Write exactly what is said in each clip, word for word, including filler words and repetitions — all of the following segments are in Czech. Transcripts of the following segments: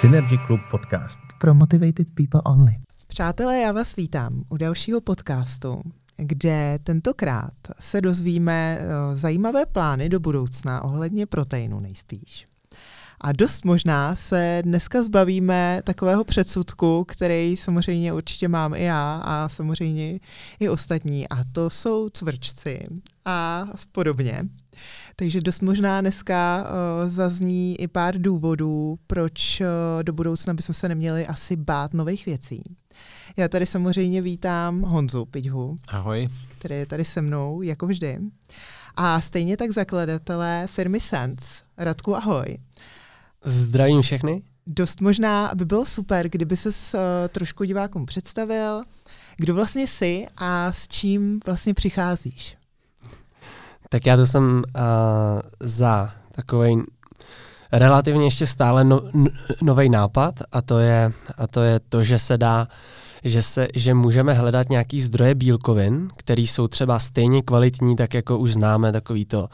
Synergy Club podcast. Pro motivated people only. Přátelé, já vás vítám u dalšího podcastu, kde tentokrát se dozvíme zajímavé plány do budoucna ohledně proteinu nejspíš. A dost možná se dneska zbavíme takového předsudku, který samozřejmě určitě mám i já a samozřejmě i ostatní, a to jsou cvrčci a podobně. Takže dost možná dneska uh, zazní i pár důvodů, proč uh, do budoucna bychom se neměli asi bát nových věcí. Já tady samozřejmě vítám Honzu Piťhu. Ahoj. Který je tady se mnou, jako vždy. A stejně tak zakladatelé firmy Sense. Radku, ahoj. Zdravím všechny. Dost možná by bylo super, kdyby ses uh, trošku divákům představil, kdo vlastně jsi a s čím vlastně přicházíš. Tak já to jsem uh, za takovej relativně ještě stále no, no, novej nápad a to je a to je to, že se dá, že se, že můžeme hledat nějaký zdroje bílkovin, které jsou třeba stejně kvalitní, tak jako už známe, takový to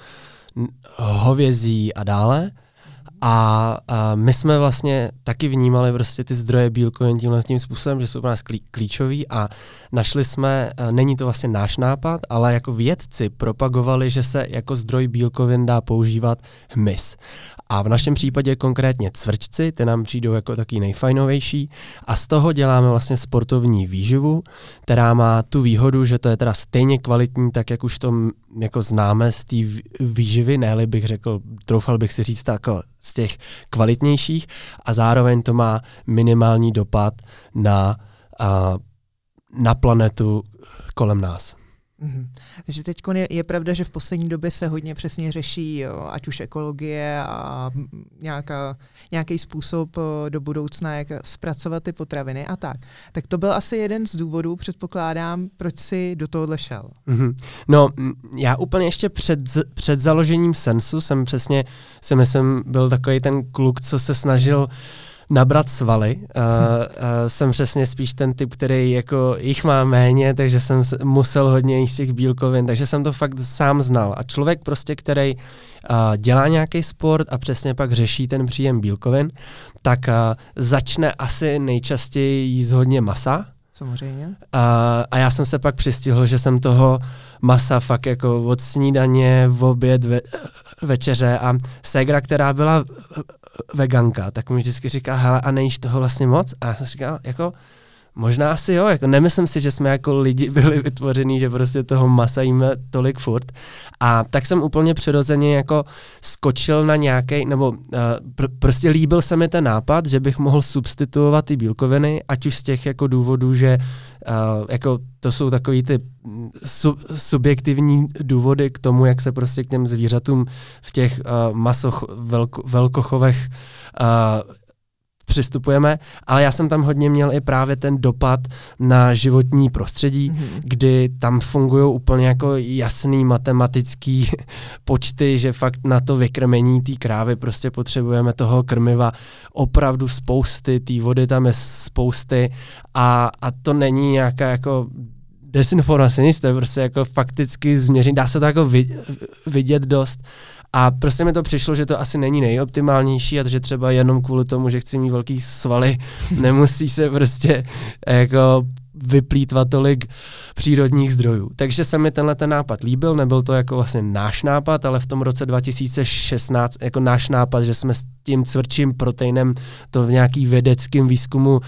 hovězí a dále. A, a my jsme vlastně taky vnímali prostě ty zdroje bílkovin tímhle tím způsobem, že jsou pro nás klí, klíčový a našli jsme, není to vlastně náš nápad, ale jako vědci propagovali, že se jako zdroj bílkovin dá používat hmyz. A v našem případě konkrétně cvrčci, ty nám přijdou jako taky nejfajnovější a z toho děláme vlastně sportovní výživu, která má tu výhodu, že to je teda stejně kvalitní, tak jak už to jako známe z té výživy, ne-li bych řekl, troufal bych si říct jako z těch kvalitnějších a zároveň to má minimální dopad na, a, na planetu kolem nás. Mm-hmm. Takže teď je, je pravda, že v poslední době se hodně přesně řeší, jo, ať už ekologie a nějaká, nějaký způsob do budoucna, jak zpracovat ty potraviny a tak. Tak to byl asi jeden z důvodů, předpokládám, proč jsi do tohohle šel. Mm-hmm. No, já úplně ještě před, před založením Sensu jsem přesně, si myslím, byl takový ten kluk, co se snažil nabrat svaly. Uh, uh, jsem přesně spíš ten typ, který jako jich má méně, takže jsem musel hodně jíst těch bílkovin, takže jsem to fakt sám znal. A člověk prostě, který uh, dělá nějaký sport a přesně pak řeší ten příjem bílkovin, tak uh, začne asi nejčastěji jíst hodně masa. Samozřejmě. Uh, a já jsem se pak přistihl, že jsem toho masa fakt jako od snídaně, v oběd, ve, večeře a ségra, která byla veganka, tak mi vždycky říká, hele, a nejíš toho vlastně moc? A já jsem říkal, jako, možná asi jo, jako nemyslím si, že jsme jako lidi byli vytvoření, že prostě toho masa jíme tolik furt. A tak jsem úplně přirozeně jako skočil na nějaký, nebo uh, pr- prostě líbil se mi ten nápad, že bych mohl substituovat ty bílkoviny, ať už z těch jako důvodů, že uh, jako to jsou takový ty su- subjektivní důvody k tomu, jak se prostě k těm zvířatům v těch uh, masoch, velko- velkochovech uh, přistupujeme, ale já jsem tam hodně měl i právě ten dopad na životní prostředí, mm-hmm. kdy tam fungují úplně jako jasný matematický počty, že fakt na to vykrmení té krávy prostě potřebujeme toho krmiva opravdu spousty, té vody tam je spousty a, a to není nějaká jako dezinformace, nic, to je prostě jako fakticky změření, dá se to jako vidět dost a prostě mi to přišlo, že to asi není nejoptimálnější a že třeba jenom kvůli tomu, že chci mít velký svaly, nemusí se prostě jako vyplýtvat tolik přírodních zdrojů. Takže se mi tenhle ten nápad líbil, nebyl to jako vlastně náš nápad, ale v tom roce dva tisíce šestnáct jako náš nápad, že jsme s tím cvrčím proteinem to v nějaký vědeckým výzkumu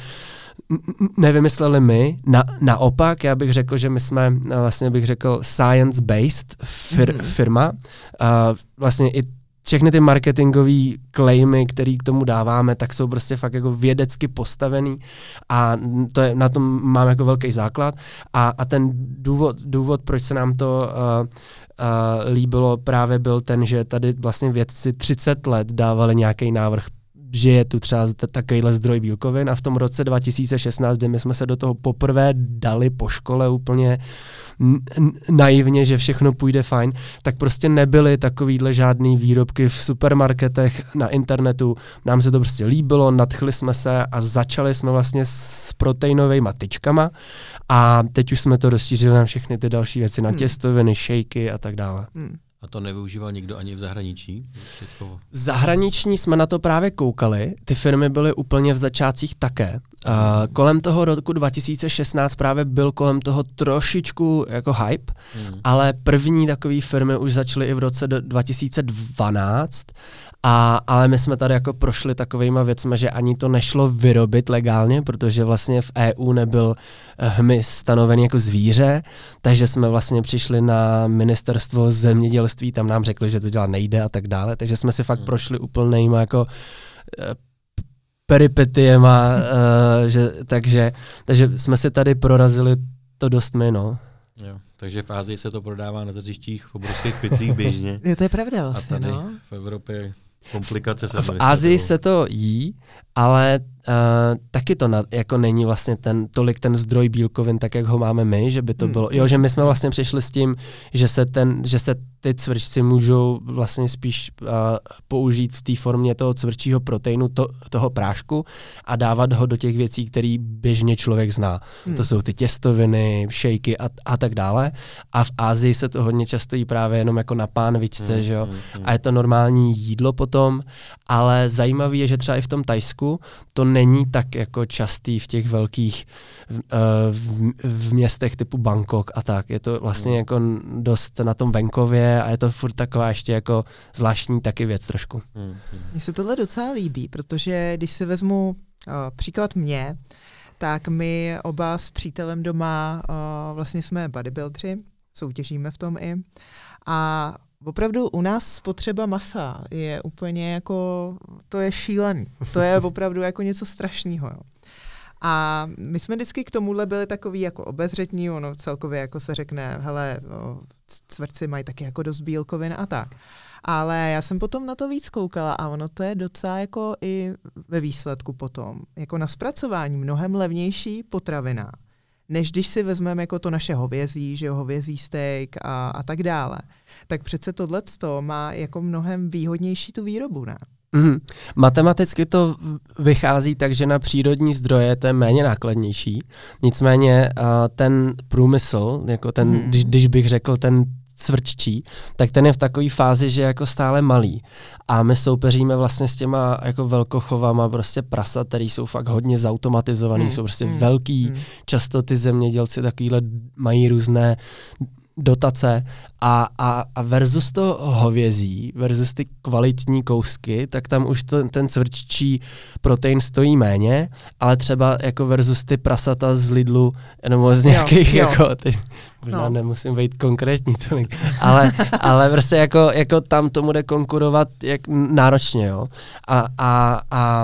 nevymysleli my, na, naopak, já bych řekl, že my jsme vlastně bych řekl science-based fir, mm-hmm. firma. A vlastně i všechny ty marketingové claimy, které k tomu dáváme, tak jsou prostě fakt jako vědecky postavený a to je, na tom máme jako velký základ a, a ten důvod, důvod, proč se nám to uh, uh, líbilo, právě byl ten, že tady vlastně vědci třicet let dávali nějaký návrh, že je tu třeba takovýhle zdroj bílkovin a v tom roce dva tisíce šestnáct, kdy my jsme se do toho poprvé dali po škole úplně n- naivně, že všechno půjde fajn, tak prostě nebyly takovýhle žádný výrobky v supermarketech, na internetu. Nám se to prostě líbilo, nadchli jsme se a začali jsme vlastně s proteinovejma tyčkama a teď už jsme to rozšířili na všechny ty další věci, na těstoviny, šejky a tak dále. Hmm. A to nevyužíval nikdo ani v zahraničí? Zahraniční jsme na to právě koukali, ty firmy byly úplně v začátcích také. A kolem toho roku dva tisíce šestnáct právě byl kolem toho trošičku jako hype, hmm. ale první takové firmy už začaly i v roce dva tisíce dvanáct, a, ale my jsme tady jako prošli takovejma věcmi, že ani to nešlo vyrobit legálně, protože vlastně v E U nebyl hmyz stanovený jako zvíře, takže jsme vlastně přišli na ministerstvo zemědělství, tam nám řekli, že to dělat nejde a tak dále, takže jsme si fakt hmm. prošli úplnejma jako peripetiema, uh, že, takže, takže jsme si tady prorazili to dost my, no. Jo, takže v Ázii se to prodává na tržištích v obrovských pytlích běžně. Jo, to je pravda vlastně, a tady no. v Evropě komplikace se v Asii se to jí, ale uh, taky to na, jako není vlastně ten, tolik ten zdroj bílkovin, tak jak ho máme my, že by to hmm. bylo, jo, že my jsme vlastně přišli s tím, že se, ten, že se ty cvrčci můžou vlastně spíš uh, použít v té formě toho cvrčího proteinu, to, toho prášku a dávat ho do těch věcí, které běžně člověk zná. Hmm. To jsou ty těstoviny, šejky a, a tak dále. A v Asii se to hodně často jí právě jenom jako na pánvičce, hmm. že jo. Hmm. A je to normální jídlo potom, ale zajímavé je, že třeba i v tom Thajsku to není tak jako častý v těch velkých uh, v, v městech typu Bangkok a tak. Je to vlastně hmm. jako dost na tom venkově a je to furt taková ještě jako zvláštní taky věc trošku. Hmm. Mně se tohle docela líbí, protože když si vezmu uh, příklad mě, tak my oba s přítelem doma uh, vlastně jsme bodybuildři, soutěžíme v tom i. A opravdu u nás spotřeba masa je úplně jako, to je šílený. To je opravdu jako něco strašného. Jo. A my jsme vždycky k tomuhle byli takový jako obezřetní, ono celkově jako se řekne, hele, cvrci mají taky jako dost bílkovin a tak. Ale já jsem potom na to víc koukala a ono to je docela jako i ve výsledku potom, jako na zpracování mnohem levnější potravina, než když si vezmeme jako to naše hovězí, že jo, hovězí steak a, a tak dále. Tak přece tohleto má jako mnohem výhodnější tu výrobu, ne? Mm. Matematicky to vychází tak, že na přírodní zdroje to je méně nákladnější. Nicméně uh, ten průmysl, jako ten, mm. když, když bych řekl ten cvrččí, tak ten je v takové fázi, že je jako stále malý. A my soupeříme vlastně s těma jako velkochovama prostě prasa, který jsou fakt hodně zautomatizovaný, mm. jsou prostě mm. velký. Mm. Často ty zemědělci takovýhle mají různé dotace a, a, a versus to hovězí, versus ty kvalitní kousky, tak tam už to, ten cvrččí protein stojí méně, ale třeba jako versus ty prasata z Lidlu, nebo z nějakých jo, jo. jako ty, možná no. nemusím být konkrétní tolik, ale, ale prostě jako, jako tam to bude konkurovat jak náročně, jo. A, a, a, a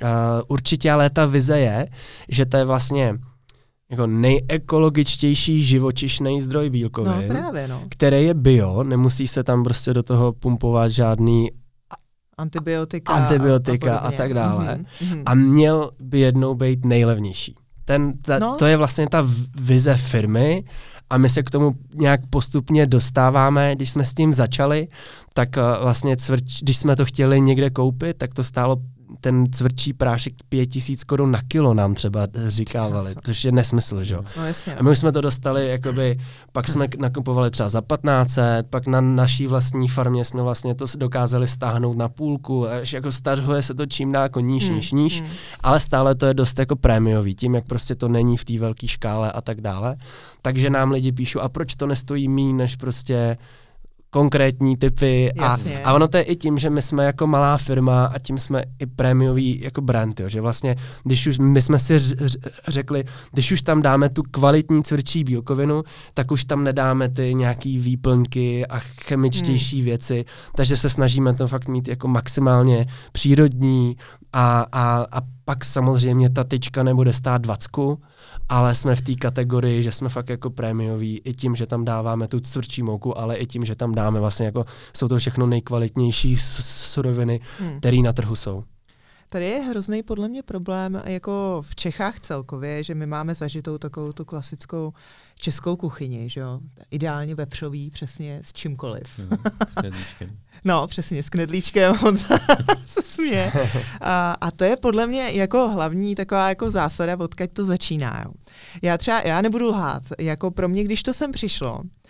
určitě ale ta vize je, že to je vlastně jako nejekologičtější živočišný zdroj bílkovin, no, právě, no. který je bio, nemusí se tam prostě do toho pumpovat žádný antibiotika, antibiotika a, a tak dále. Mm-hmm. A měl by jednou být nejlevnější. Ten, ta, no. To je vlastně ta vize firmy a my se k tomu nějak postupně dostáváme. Když jsme s tím začali, tak uh, vlastně cvrč, když jsme to chtěli někde koupit, tak to stálo ten cvrčí prášek pět tisíc korun na kilo nám třeba říkávali, což je nesmysl, že jo. No, jasně, no. A my už jsme to dostali, jakoby, pak jsme nakupovali třeba za patnáct set, pak na naší vlastní farmě jsme vlastně to dokázali stáhnout na půlku, až jako stahuje se to čím dál jako níž, níž, níž, hmm. ale stále to je dost jako prémiový, tím, jak prostě to není v té velké škále a tak dále. Takže nám lidi píšou, a proč to nestojí míň, než prostě konkrétní typy a, a ono to je i tím, že my jsme jako malá firma a tím jsme i prémiový jako brand, jo, že vlastně, když už my jsme si řekli, když už tam dáme tu kvalitní cvrčí bílkovinu, tak už tam nedáme ty nějaký výplňky a chemičtější hmm. věci, takže se snažíme to fakt mít jako maximálně přírodní a, a, a pak samozřejmě ta tyčka nebude stát dvacku, ale jsme v té kategorii, že jsme fakt jako prémioví i tím, že tam dáváme tu cvrčí mouku, ale i tím, že tam dáme vlastně jako, jsou to všechno nejkvalitnější suroviny, hmm. které na trhu jsou. Tady je hrozný podle mě problém jako v Čechách celkově, že my máme zažitou takovou tu klasickou českou kuchyni, že jo? Ideálně vepřový, přesně s čímkoliv. No, s knedlíčkem. No, přesně, s knedlíčkem, on se směje. A, a to je podle mě jako hlavní taková jako zásada, odkud to začíná. Jo. Já třeba, já nebudu lhát, jako pro mě, když to sem přišlo,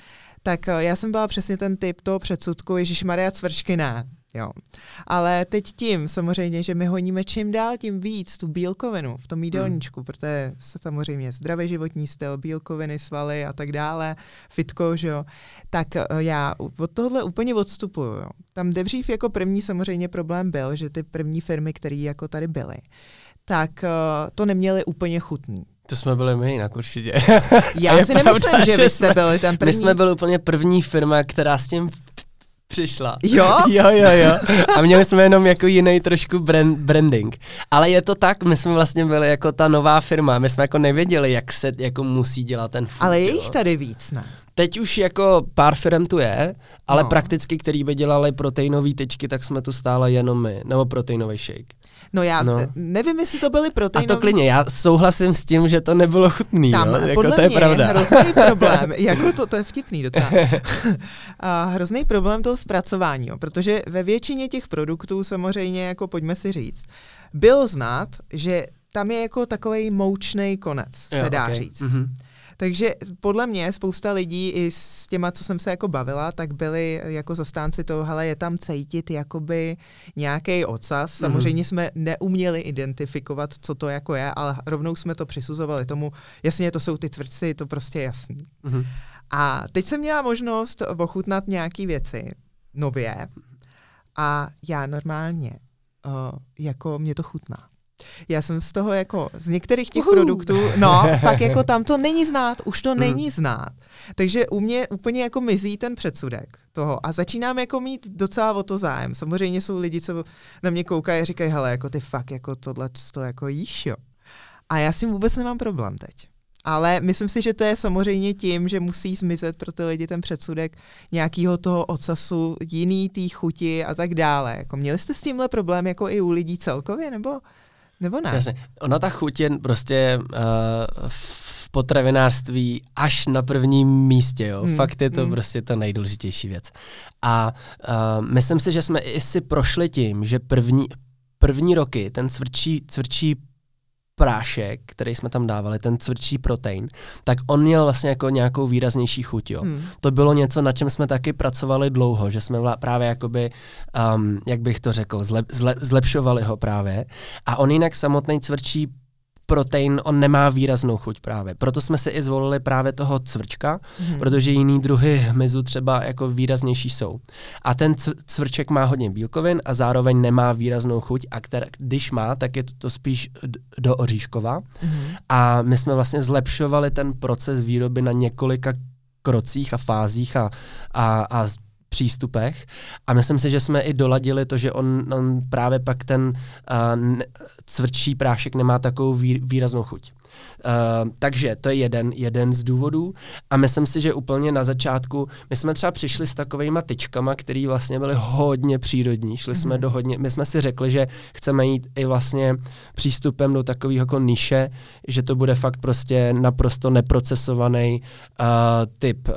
tak já jsem byla přesně ten typ toho předsudku, ježišmarja, cvrčky ne. Jo. Ale teď tím samozřejmě, že my honíme čím dál, tím víc tu bílkovinu v tom jídelníčku, hmm. protože se samozřejmě zdravý životní styl, bílkoviny, svaly a tak dále, fitko, že jo, tak já od tohohle úplně odstupuju. Jo. Tam dřív jako první samozřejmě problém byl, že ty první firmy, které jako tady byly, tak to neměly úplně chutný. To jsme byli my jinak určitě. Já si pravda, nemyslím, že vy jste byli ten první. My jsme byli úplně první firma, která s tím přišla. Jo? jo, jo, jo. A měli jsme jenom jako jiný trošku brand, branding. Ale je to tak, my jsme vlastně byli jako ta nová firma, my jsme jako nevěděli, jak se jako musí dělat ten food. Ale je jo? jich tady víc, ne? Teď už jako pár firm tu je, ale no. prakticky, který by dělali proteinové tyčky, tak jsme tu stále jenom my, nebo proteinový shake. No já no. nevím, jestli to byly proteinový. A to klidně, já souhlasím s tím, že to nebylo chutný, tam, jo? Jako podle to je mě pravda. je hrozný problém, jako to, to je vtipný docela. A hrozný problém toho zpracování, jo, protože ve většině těch produktů samozřejmě, jako pojďme si říct, bylo znát, že tam je jako takovej moučnej konec, se jo, dá okay. říct. Mm-hmm. Takže podle mě spousta lidí i s těma, co jsem se jako bavila, tak byli jako zastánci toho, hele, je tam cítit jakoby nějaký ocas. Samozřejmě mm. jsme neuměli identifikovat, co to jako je, ale rovnou jsme to přisuzovali tomu, jasně, to jsou ty cvrci, to prostě je jasný. Mm. A teď jsem měla možnost ochutnat nějaký věci nově a já normálně, uh, jako mě to chutná. Já jsem z toho jako, z některých těch Uhu. produktů, no, fakt jako tam to není znát, už to není znát. Takže u mě úplně jako mizí ten předsudek toho a začínám jako mít docela o to zájem. Samozřejmě jsou lidi, co na mě koukají a říkají, hele, jako ty fakt jako tohle to jako jíš, jo. A já s tím vůbec nemám problém teď. Ale myslím si, že to je samozřejmě tím, že musí zmizet pro ty lidi ten předsudek nějakého toho ocasu, jiný té chuti a tak dále. Jako měli jste s tímhle problém jako i u lidí celkově, nebo... Nebo ne? Jasně. Ona ta chuť je prostě uh, v potravinářství až na prvním místě, jo. Hmm. Fakt je to hmm. prostě ta nejdůležitější věc. A uh, myslím si, že jsme i si prošli tím, že první, první roky ten cvrčí, cvrčí prášek, který jsme tam dávali, ten cvrčí protein, tak on měl vlastně jako nějakou výraznější chuť, jo. Hmm. To bylo něco, na čem jsme taky pracovali dlouho, že jsme právě jakoby, um, jak bych to řekl, zlep, zle, zlepšovali ho právě. A on jinak samotný cvrčí protein, on nemá výraznou chuť právě. Proto jsme si i zvolili právě toho cvrčka, hmm. protože jiný druhy hmyzu třeba jako výraznější jsou. A ten cvrček má hodně bílkovin a zároveň nemá výraznou chuť a která, když má, tak je to, to spíš do oříškova. Hmm. A my jsme vlastně zlepšovali ten proces výroby na několika krocích a fázích a, a, a přístupech a myslím si, že jsme i doladili to, že on, on právě pak ten uh, cvrčí prášek nemá takovou vý, výraznou chuť. Uh, takže to je jeden, jeden z důvodů a myslím si, že úplně na začátku my jsme třeba přišli s takovejma tyčkama, které vlastně byly hodně přírodní, šli mm-hmm. jsme do hodně, my jsme si řekli, že chceme jít i vlastně přístupem do takového jako niše, že to bude fakt prostě naprosto neprocesovaný uh, typ uh,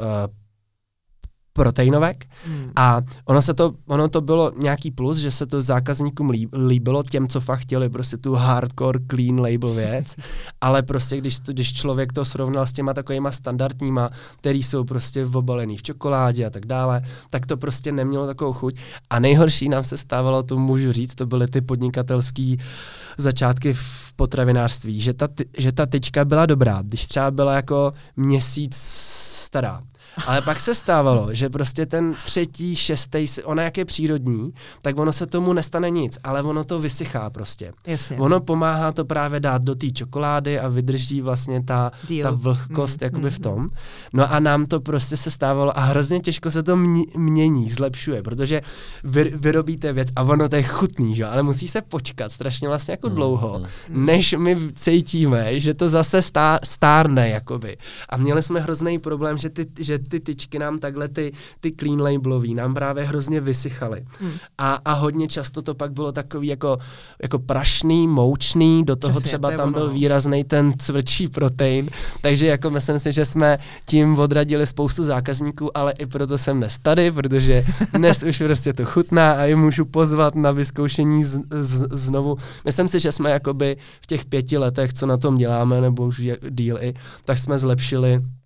proteinovek hmm. a ono se to, ono to bylo nějaký plus, že se to zákazníkům líbilo, těm, co fakt chtěli prostě tu hardcore clean label věc, ale prostě když, to, když člověk to srovnal s těma takovýma standardníma, který jsou prostě obalený v čokoládě a tak dále, tak to prostě nemělo takovou chuť a nejhorší nám se stávalo, to můžu říct, to byly ty podnikatelský začátky v potravinářství, že ta, že ta tyčka byla dobrá, když třeba byla jako měsíc stará. Ale pak se stávalo, že prostě ten třetí, šestý, ona jak je přírodní, tak ono se tomu nestane nic, ale ono to vysychá prostě. Jasně. Ono pomáhá to právě dát do té čokolády a vydrží vlastně ta, ta vlhkost mm, jakoby mm, v tom. No a nám to prostě se stávalo a hrozně těžko se to mění, zlepšuje, protože vy, vyrobíte věc a ono to je chutný, že? Ale musí se počkat strašně vlastně jako dlouho, mm, než my cítíme, že to zase stá, stárne jakoby. A měli jsme hrozný problém, že ty, že ty tyčky nám takhle, ty, ty clean labelový, nám právě hrozně vysychaly. Hmm. A, a hodně často to pak bylo takový jako, jako prašný, moučný, do toho Přesně, třeba tam byl výrazný ten cvrčí protein, takže jako myslím si, že jsme tím odradili spoustu zákazníků, ale i proto jsem dnes tady, protože dnes už prostě to chutná a je můžu pozvat na vyzkoušení z, z, znovu. Myslím si, že jsme jakoby v těch pěti letech, co na tom děláme, nebo už díl i, tak jsme zlepšili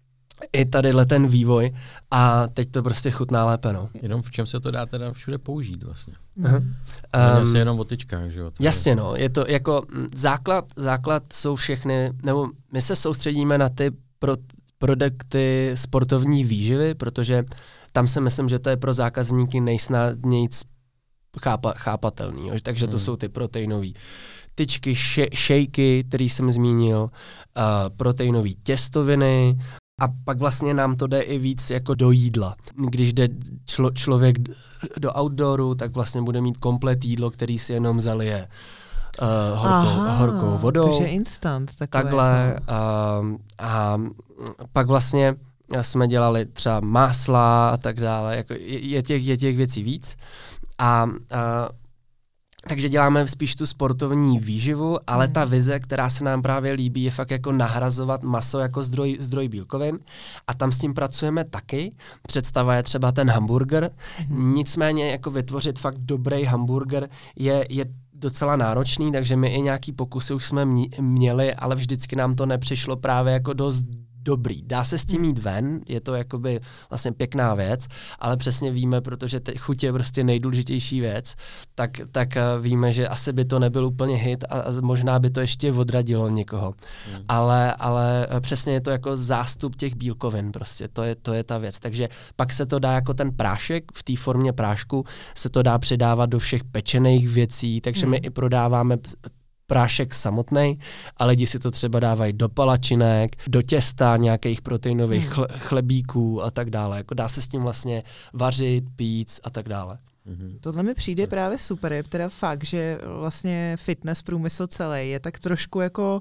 i tadyhle ten vývoj a teď to prostě chutná lépe, no. Jenom v čem se to dá teda všude použít vlastně. Mhm. Um, se jenom o tyčkách, že jo? To jasně, je... no. Je to jako základ, základ jsou všechny, nebo my se soustředíme na ty pro, produkty sportovní výživy, protože tam si myslím, že to je pro zákazníky nejsnadněji chápa, chápatelný. Jo? Takže to hmm. jsou ty proteinové tyčky, še, šejky, který jsem zmínil, uh, proteinové těstoviny a pak vlastně nám to jde i víc jako do jídla. Když jde člo, člověk do outdooru, tak vlastně bude mít komplet jídlo, který si jenom zalije uh, horkou, Aha, horkou vodou. Takže instant. Takhle. Uh, a pak vlastně jsme dělali třeba másla a tak dále. Jako je, je, těch, je těch věcí víc. A, a takže děláme spíš tu sportovní výživu, ale ta vize, která se nám právě líbí, je fakt jako nahrazovat maso jako zdroj, zdroj bílkovin a tam s tím pracujeme taky. Představa je třeba ten hamburger, mm. nicméně jako vytvořit fakt dobrý hamburger je, je docela náročný, takže my i nějaký pokusy už jsme měli, ale vždycky nám to nepřišlo právě jako dost dobrý. Dá se s tím jít ven, je to jakoby vlastně pěkná věc, ale přesně víme, protože te, chuť je prostě nejdůležitější věc, tak, tak víme, že asi by to nebyl úplně hit a, a možná by to ještě odradilo někoho. Hmm. Ale, ale přesně je to jako zástup těch bílkovin prostě, to je, to je ta věc. Takže pak se to dá jako ten prášek, v té formě prášku se to dá přidávat do všech pečených věcí, takže hmm. my i prodáváme prášek samotný, a lidi si to třeba dávají do palačinek, do těsta, nějakých proteinových chle, chlebíků a tak dále. Jako dá se s tím vlastně vařit, pít a tak dále. Mm-hmm. Tohle mi přijde právě super, je teda fakt, že vlastně fitness průmysl celý je tak trošku jako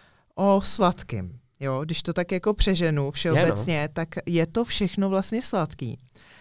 o sladkým. Jo? Když to tak jako přeženu všeobecně, je no. tak je to všechno vlastně sladký.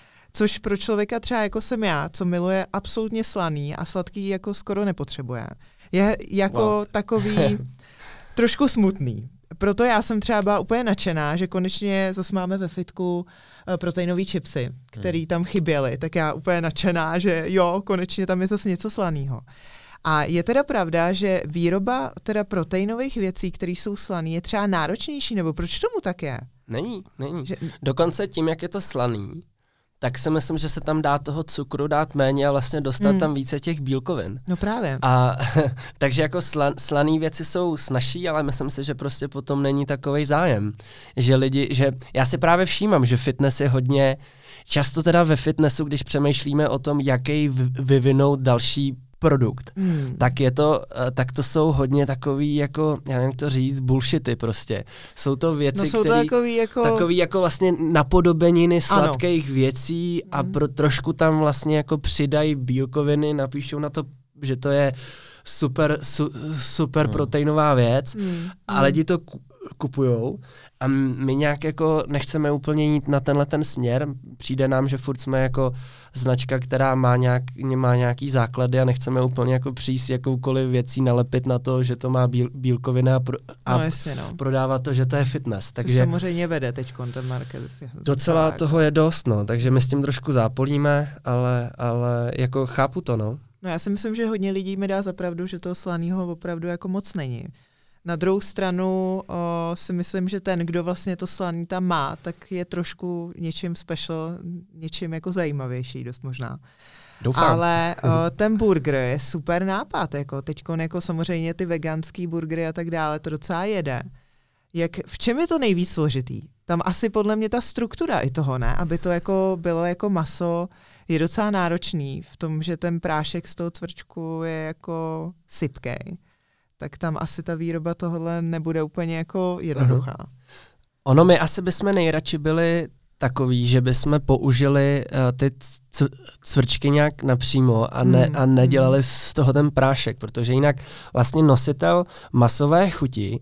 Což pro člověka třeba jako jsem já, co miluje absolutně slaný a sladký jako skoro nepotřebuje, je jako wow. takový trošku smutný. Proto já jsem třeba byla úplně nadšená, že konečně zase máme ve fitku proteinové chipsy, které tam chyběly. Tak já úplně nadšená, že jo, konečně tam je zase něco slaného. A je teda pravda, že výroba teda proteinových věcí, které jsou slané, je třeba náročnější, nebo proč tomu tak je? Není, není. Že... Dokonce tím, jak je to slaný, tak si myslím, že se tam dá toho cukru dát méně a vlastně dostat mm. tam více těch bílkovin. No právě. A takže jako slan, slaný věci jsou snazší, ale myslím si, že prostě potom není takovej zájem. Že lidi, že já si právě všímám, že fitness je hodně, často teda ve fitnessu, když přemýšlíme o tom, jaký vyvinout další produkt, hmm. tak je to, tak to jsou hodně takový jako, já nevím to říct, bullshity prostě. Jsou to věci, no jsou které takový jako... takový jako vlastně napodobeniny sladkých ano. věcí a hmm. pro trošku tam vlastně jako přidají bílkoviny, napíšou na to, že to je super, su, super hmm. proteinová věc hmm. a lidi to kupujou a my nějak jako nechceme úplně jít na tenhle ten směr. Přijde nám, že furt jsme jako značka, která má, nějak, má nějaký základy a nechceme úplně jako přijít jakoukoliv věcí nalepit na to, že to má bíl, bílkoviny a, pro, a no, jasně, no. prodávat to, že to je fitness. Takže to samozřejmě vede teď ten market. Docela jako. Toho je dost, no, takže my s tím trošku zápolíme, ale, ale jako chápu to, no. No já si myslím, že hodně lidí mi dá za pravdu, že toho slaného opravdu jako moc není. Na druhou stranu o, si myslím, že ten, kdo vlastně to slaný tam má, tak je trošku něčím special, něčím jako zajímavější dost možná. Doufám. Ale o, ten burger je super nápad, jako teďkon jako samozřejmě ty veganský burgery a tak dále, to docela jede. Jak, v čem je to nejvíc složitý? Tam asi podle mě ta struktura i toho, ne? Aby to jako bylo jako maso, je docela náročný v tom, že ten prášek z toho cvrčku je jako sypkej. Tak tam asi ta výroba tohle nebude úplně jako jednoduchá. Uh-huh. Ono my asi bychom nejradši byli takový, že bychom použili uh, ty c- cvrčky nějak napřímo a, ne, mm. a nedělali z toho ten prášek, protože jinak vlastně nositel masové chuti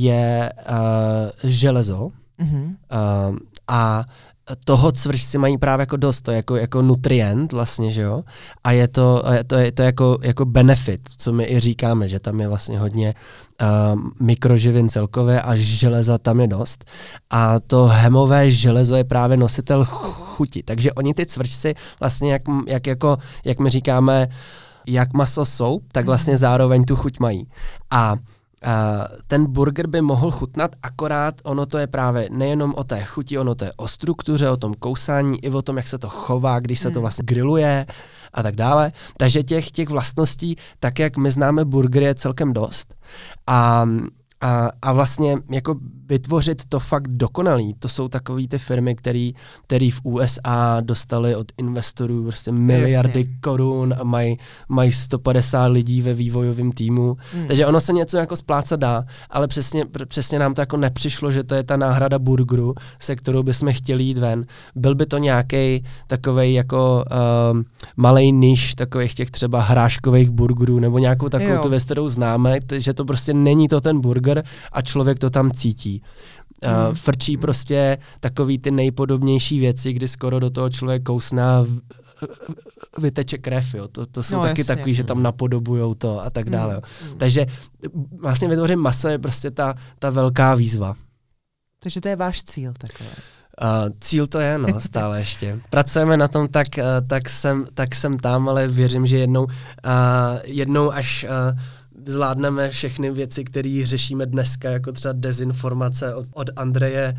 je uh, železo mm-hmm. uh, a toho cvrčci mají právě jako dost, to je jako, jako nutrient vlastně, že jo, a je to, to je to jako, jako benefit, co my i říkáme, že tam je vlastně hodně uh, mikroživin celkově a železa tam je dost a to hemové železo je právě nositel chuti, takže oni ty cvrčci vlastně jak, jak, jako, jak my říkáme, jak maso jsou, tak vlastně zároveň tu chuť mají a A ten burger by mohl chutnat, akorát ono to je právě nejenom o té chuti, ono to je o struktuře, o tom kousání, i o tom, jak se to chová, když se to vlastně grilluje a tak dále. Takže těch, těch vlastností, tak jak my známe burger, je celkem dost. A A, a vlastně jako vytvořit to fakt dokonalý. To jsou takový ty firmy, který, který v U S A dostali od investorů prostě miliardy Jasně. korun a mají maj sto padesát lidí ve vývojovém týmu. Hmm. Takže ono se něco jako splácat dá, ale přesně, přesně nám to jako nepřišlo, že to je ta náhrada burgeru, se kterou bychom chtěli jít ven. Byl by to nějaký takovej jako uh, malej niž takových těch třeba hráškových burgerů nebo nějakou takovou tu věc, kterou známe, t- že to prostě není to ten burger a člověk to tam cítí. Uh, frčí prostě takový ty nejpodobnější věci, kdy skoro do toho člověk kousne a vyteče krev, jo. To, to jsou no, taky jasně. takový, že tam napodobujou to a tak dále. Mm. Takže vlastně vytvořit maso je prostě ta, ta velká výzva. Takže to je váš cíl takové. Uh, cíl to je, no, stále ještě. Pracujeme na tom, tak, uh, tak, jsem, tak jsem tam, ale věřím, že jednou, uh, jednou až uh, zvládneme všechny věci, které řešíme dneska, jako třeba dezinformace od, od Andreje,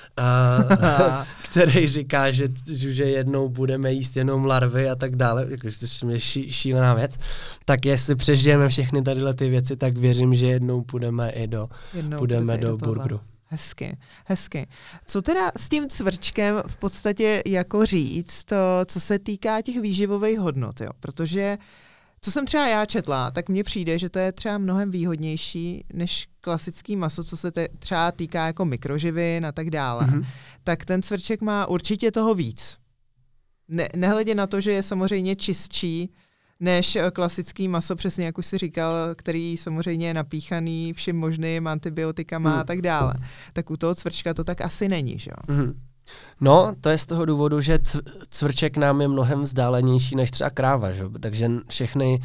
uh, který říká, že, že jednou budeme jíst jenom larvy a tak dále, jakože to je ší, šílená věc, tak jestli přežijeme všechny tadyhle ty věci, tak věřím, že jednou půjdeme i do, půjdeme do, do burgeru. Hezky, hezky. Co teda s tím cvrčkem v podstatě jako říct, to, co se týká těch výživových hodnot, jo? Protože co jsem třeba já četla, tak mně přijde, že to je třeba mnohem výhodnější než klasický maso, co se te, třeba týká jako mikroživin a tak dále. Mm-hmm. Tak ten cvrček má určitě toho víc. Ne, nehledě na to, že je samozřejmě čistší než klasický maso, přesně jak už jsi říkal, který samozřejmě je napíchaný všem možným antibiotikama mm. a tak dále. Tak u toho cvrčka to tak asi není, že jo? Mm. No, to je z toho důvodu, že cvrček nám je mnohem vzdálenější než třeba kráva, že? Takže všechny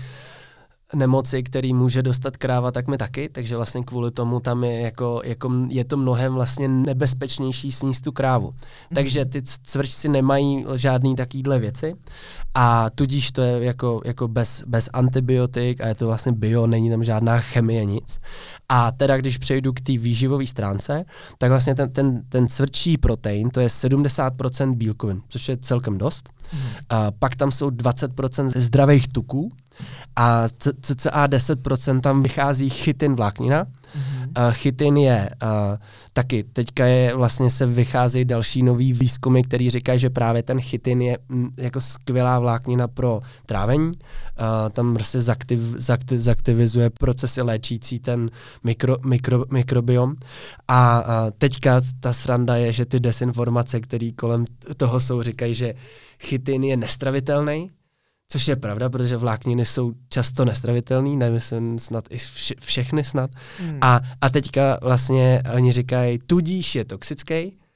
nemoci, který může dostat kráva, tak my taky, takže vlastně kvůli tomu tam je jako, jako je to mnohem vlastně nebezpečnější sníst tu krávu. Mm. Takže ty cvrčci nemají žádný takovýhle věci a tudíž to je jako, jako bez, bez antibiotik a je to vlastně bio, není tam žádná chemie, nic. A teda když přejdu k té výživové stránce, tak vlastně ten, ten, ten cvrčí protein, to je sedmdesát procent bílkovin, což je celkem dost. Mm. A pak tam jsou dvacet procent zdravých tuků, a cca deset procent tam vychází chytin vláknina. Mm-hmm. Uh, chytin je uh, taky, teďka je vlastně se vycházejí další nový výzkumy, který říkají, že právě ten chytin je m, jako skvělá vláknina pro trávení. Uh, tam prostě zaktiv, zaktiv, zaktivizuje procesy léčící ten mikro, mikro, mikrobiom. A uh, teďka ta sranda je, že ty desinformace, které kolem toho jsou, říkají, že chytin je nestravitelný. Což je pravda, protože vlákniny jsou často nestravitelný, nemyslím snad i vše, všechny snad. Hmm. A, a teďka vlastně oni říkají, tudíž je toxický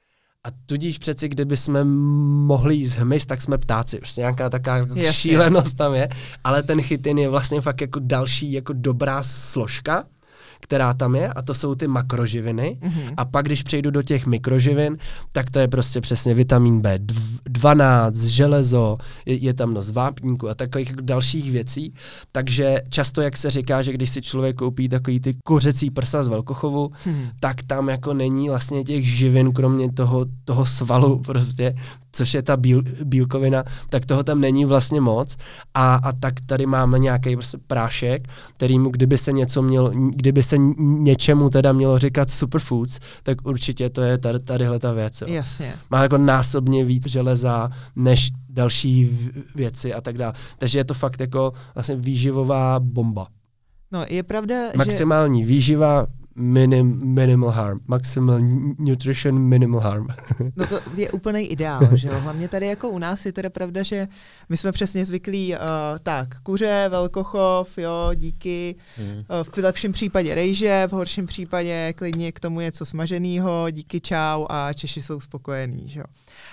a tudíž přeci, kdyby jsme mohli jíst hmyz, tak jsme ptáci. Prostě nějaká taková jako šílenost tam je, ale ten chytin je vlastně fakt jako další jako dobrá složka, která tam je, a to jsou ty makroživiny. Mm-hmm. A pak, když přejdu do těch mikroživin, tak to je prostě přesně vitamin B dvanáct, železo, je, je tam dost vápníku a takových jako dalších věcí. Takže často, jak se říká, že když si člověk koupí takový ty kuřecí prsa z velkochovu, mm-hmm. tak tam jako není vlastně těch živin, kromě toho, toho svalu prostě, což je ta bíl, bílkovina, tak toho tam není vlastně moc. A, a tak tady máme nějaký prostě prášek, kterým kdyby se něco mělo, kdyby se něčemu teda mělo říkat superfoods, tak určitě to je tady, tadyhle ta věc. Jo. Jasně. Má jako násobně víc železa než další věci a tak dále. Takže je to fakt jako vlastně výživová bomba. No, je pravda, maximální že... výživa, Minim, minimal harm. Maximal nutrition, minimal harm. No to je úplný ideál, že jo? Hlavně tady jako u nás je teda pravda, že my jsme přesně zvyklí, uh, tak, kuře, velkochov, jo, díky, hmm. uh, v lepším případě rejže, v horším případě klidně k tomu něco smaženýho, díky, čau a Češi jsou spokojení, že jo?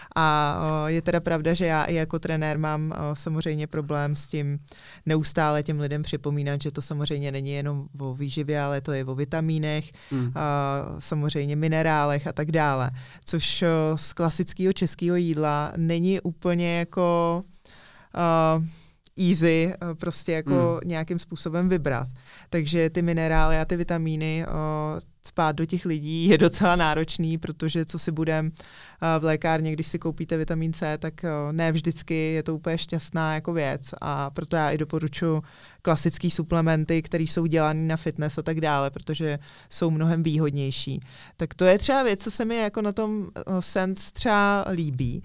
A uh, je teda pravda, že já i jako trenér mám uh, samozřejmě problém s tím neustále těm lidem připomínat, že to samozřejmě není jenom o výživě, ale to je o vitamínech, mm. uh, samozřejmě minerálech a tak dále, což uh, z klasického českého jídla není úplně jako... Uh, easy prostě jako hmm. nějakým způsobem vybrat. Takže ty minerály a ty vitamíny o, spát do těch lidí je docela náročný, protože co si budem v lékárně, když si koupíte vitamin C, tak o, ne vždycky je to úplně šťastná jako věc a proto já i doporučuji klasické suplementy, které jsou dělané na fitness a tak dále, protože jsou mnohem výhodnější. Tak to je třeba věc, co se mi jako na tom o, Sense třeba líbí,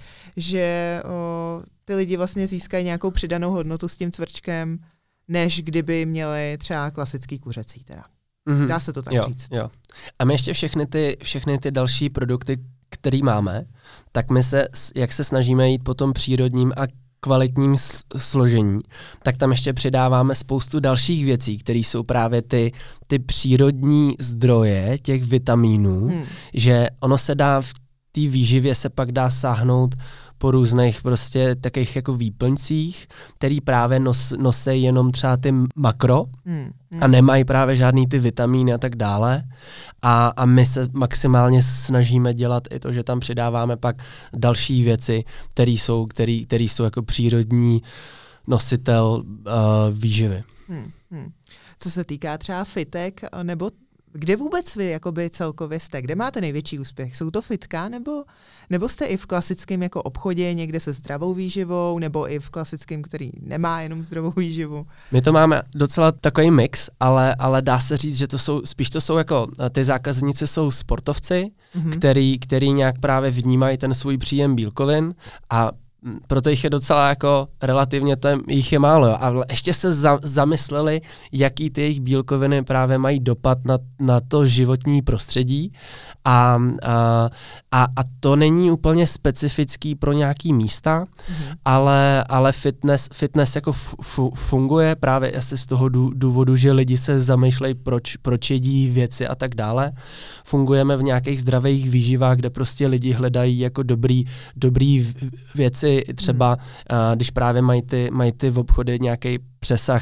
že o, ty lidi vlastně získají nějakou přidanou hodnotu s tím cvrčkem, než kdyby měli třeba klasický kuřecí teda. Mm-hmm. Dá se to tak jo, říct. Jo. A my ještě všechny ty, všechny ty další produkty, které máme, tak my se, jak se snažíme jít po tom přírodním a kvalitním složení, tak tam ještě přidáváme spoustu dalších věcí, které jsou právě ty, ty přírodní zdroje těch vitamínů, hmm. že ono se dá v té výživě se pak dá sáhnout po různých prostě takových jako výplňcích, který právě nos, nosí jenom třeba ty makro hmm, hmm. a nemají právě žádný ty vitamíny a tak dále. A, a my se maximálně snažíme dělat i to, že tam přidáváme pak další věci, které jsou, který, který jsou jako přírodní nositel uh, výživy. Hmm, hmm. Co se týká třeba fitek, nebo kde vůbec vy jakoby celkově jste? Kde máte největší úspěch? Jsou to fitka nebo, nebo jste i v klasickém jako obchodě někde se zdravou výživou nebo i v klasickém, který nemá jenom zdravou výživu? My to máme docela takový mix, ale, ale dá se říct, že to jsou, spíš to jsou jako, ty zákazníci jsou sportovci, mm-hmm. který, který nějak právě vnímají ten svůj příjem bílkovin a proto jich je docela jako relativně, to je, jich je málo, jo. Ale ještě se za, zamysleli, jaký ty jejich bílkoviny právě mají dopad na, na to životní prostředí a, a, a, a to není úplně specifický pro nějaký místa, mm-hmm. ale, ale fitness, fitness jako fu, funguje právě asi z toho důvodu, že lidi se zamýšlejí, proč, proč jedí věci a tak dále. Fungujeme v nějakých zdravých výživách, kde prostě lidi hledají jako dobrý, dobrý věci, třeba uh, když právě mají ty, mají ty v obchody nějaký přesah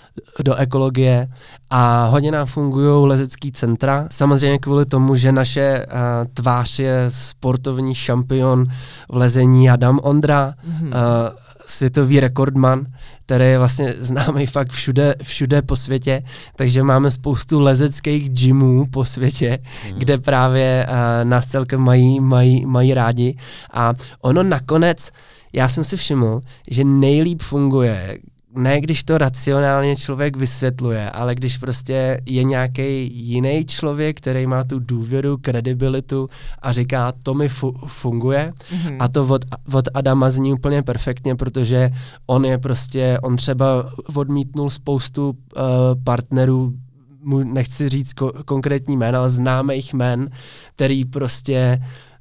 do ekologie a hodně nám fungují lezecký centra. Samozřejmě kvůli tomu, že naše uh, tvář je sportovní šampion v lezení Adam Ondra, mm-hmm. uh, světový rekordman, který je vlastně známý fakt všude, všude po světě, takže máme spoustu lezeckých gymů po světě, mm. kde právě uh, nás celkem mají, mají, mají rádi a ono nakonec, já jsem si všiml, že nejlíp funguje, ne když to racionálně člověk vysvětluje, ale když prostě je nějaký jiný člověk, který má tu důvěru, kredibilitu a říká, to mi fu- funguje mm-hmm. a to od, od Adama zní úplně perfektně, protože on je prostě, on třeba odmítnul spoustu uh, partnerů, mu nechci říct ko- konkrétní jména, ale známých jmen, který prostě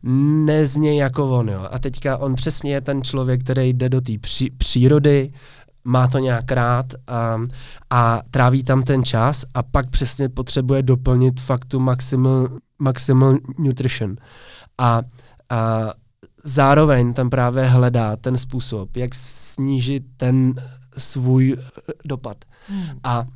neznějí jako on. Jo. A teďka on přesně je ten člověk, který jde do té pří- přírody, má to nějak rád a, a tráví tam ten čas a pak přesně potřebuje doplnit fakt tu maximal, maximal nutrition. A, a zároveň tam právě hledá ten způsob, jak snížit ten svůj dopad. Hmm. A, a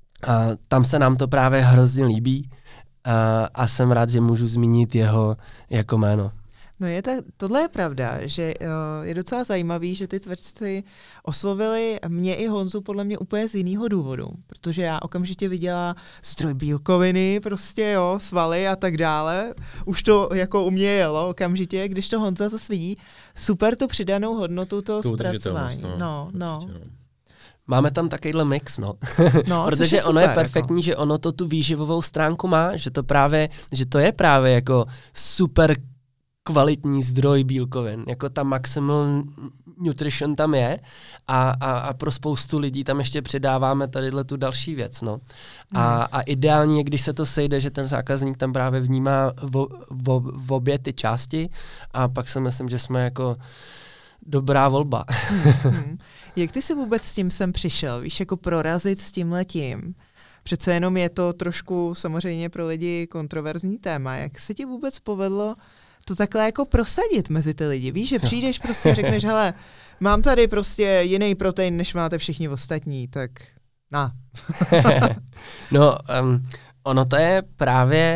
tam se nám to právě hrozně líbí a, a jsem rád, že můžu zmínit jeho jako jméno. No je ta, tohle je pravda, že uh, je docela zajímavý, že ty cvrčci oslovili mě i Honzu podle mě úplně z jiného důvodu, protože já okamžitě viděla zdroj bílkoviny, prostě jo, svaly a tak dále, už to jako u mě jelo okamžitě, když to Honza zase vidí, super tu přidanou hodnotu toho tu zpracování. No, no. no. Máme tam takovýhle mix, no. no Protože je ono super, je perfektní, jako. Že ono to tu výživovou stránku má, že to právě, že to je právě jako super kvalitní zdroj bílkovin, jako ta maximal nutrition tam je a, a, a pro spoustu lidí tam ještě přidáváme tadyhle tu další věc, no. A, a ideální je, když se to sejde, že ten zákazník tam právě vnímá v, v, v obě ty části a pak si myslím, že jsme jako dobrá volba. hmm. Jak ty jsi vůbec s tím sem přišel, víš, jako prorazit s tímhletím? Přece jenom je to trošku samozřejmě pro lidi kontroverzní téma. Jak se ti vůbec povedlo to takhle jako prosadit mezi ty lidi? Víš, že přijdeš prostě a řekneš, hele, mám tady prostě jiný protein, než máte všichni ostatní, tak na. No, um, ono to je právě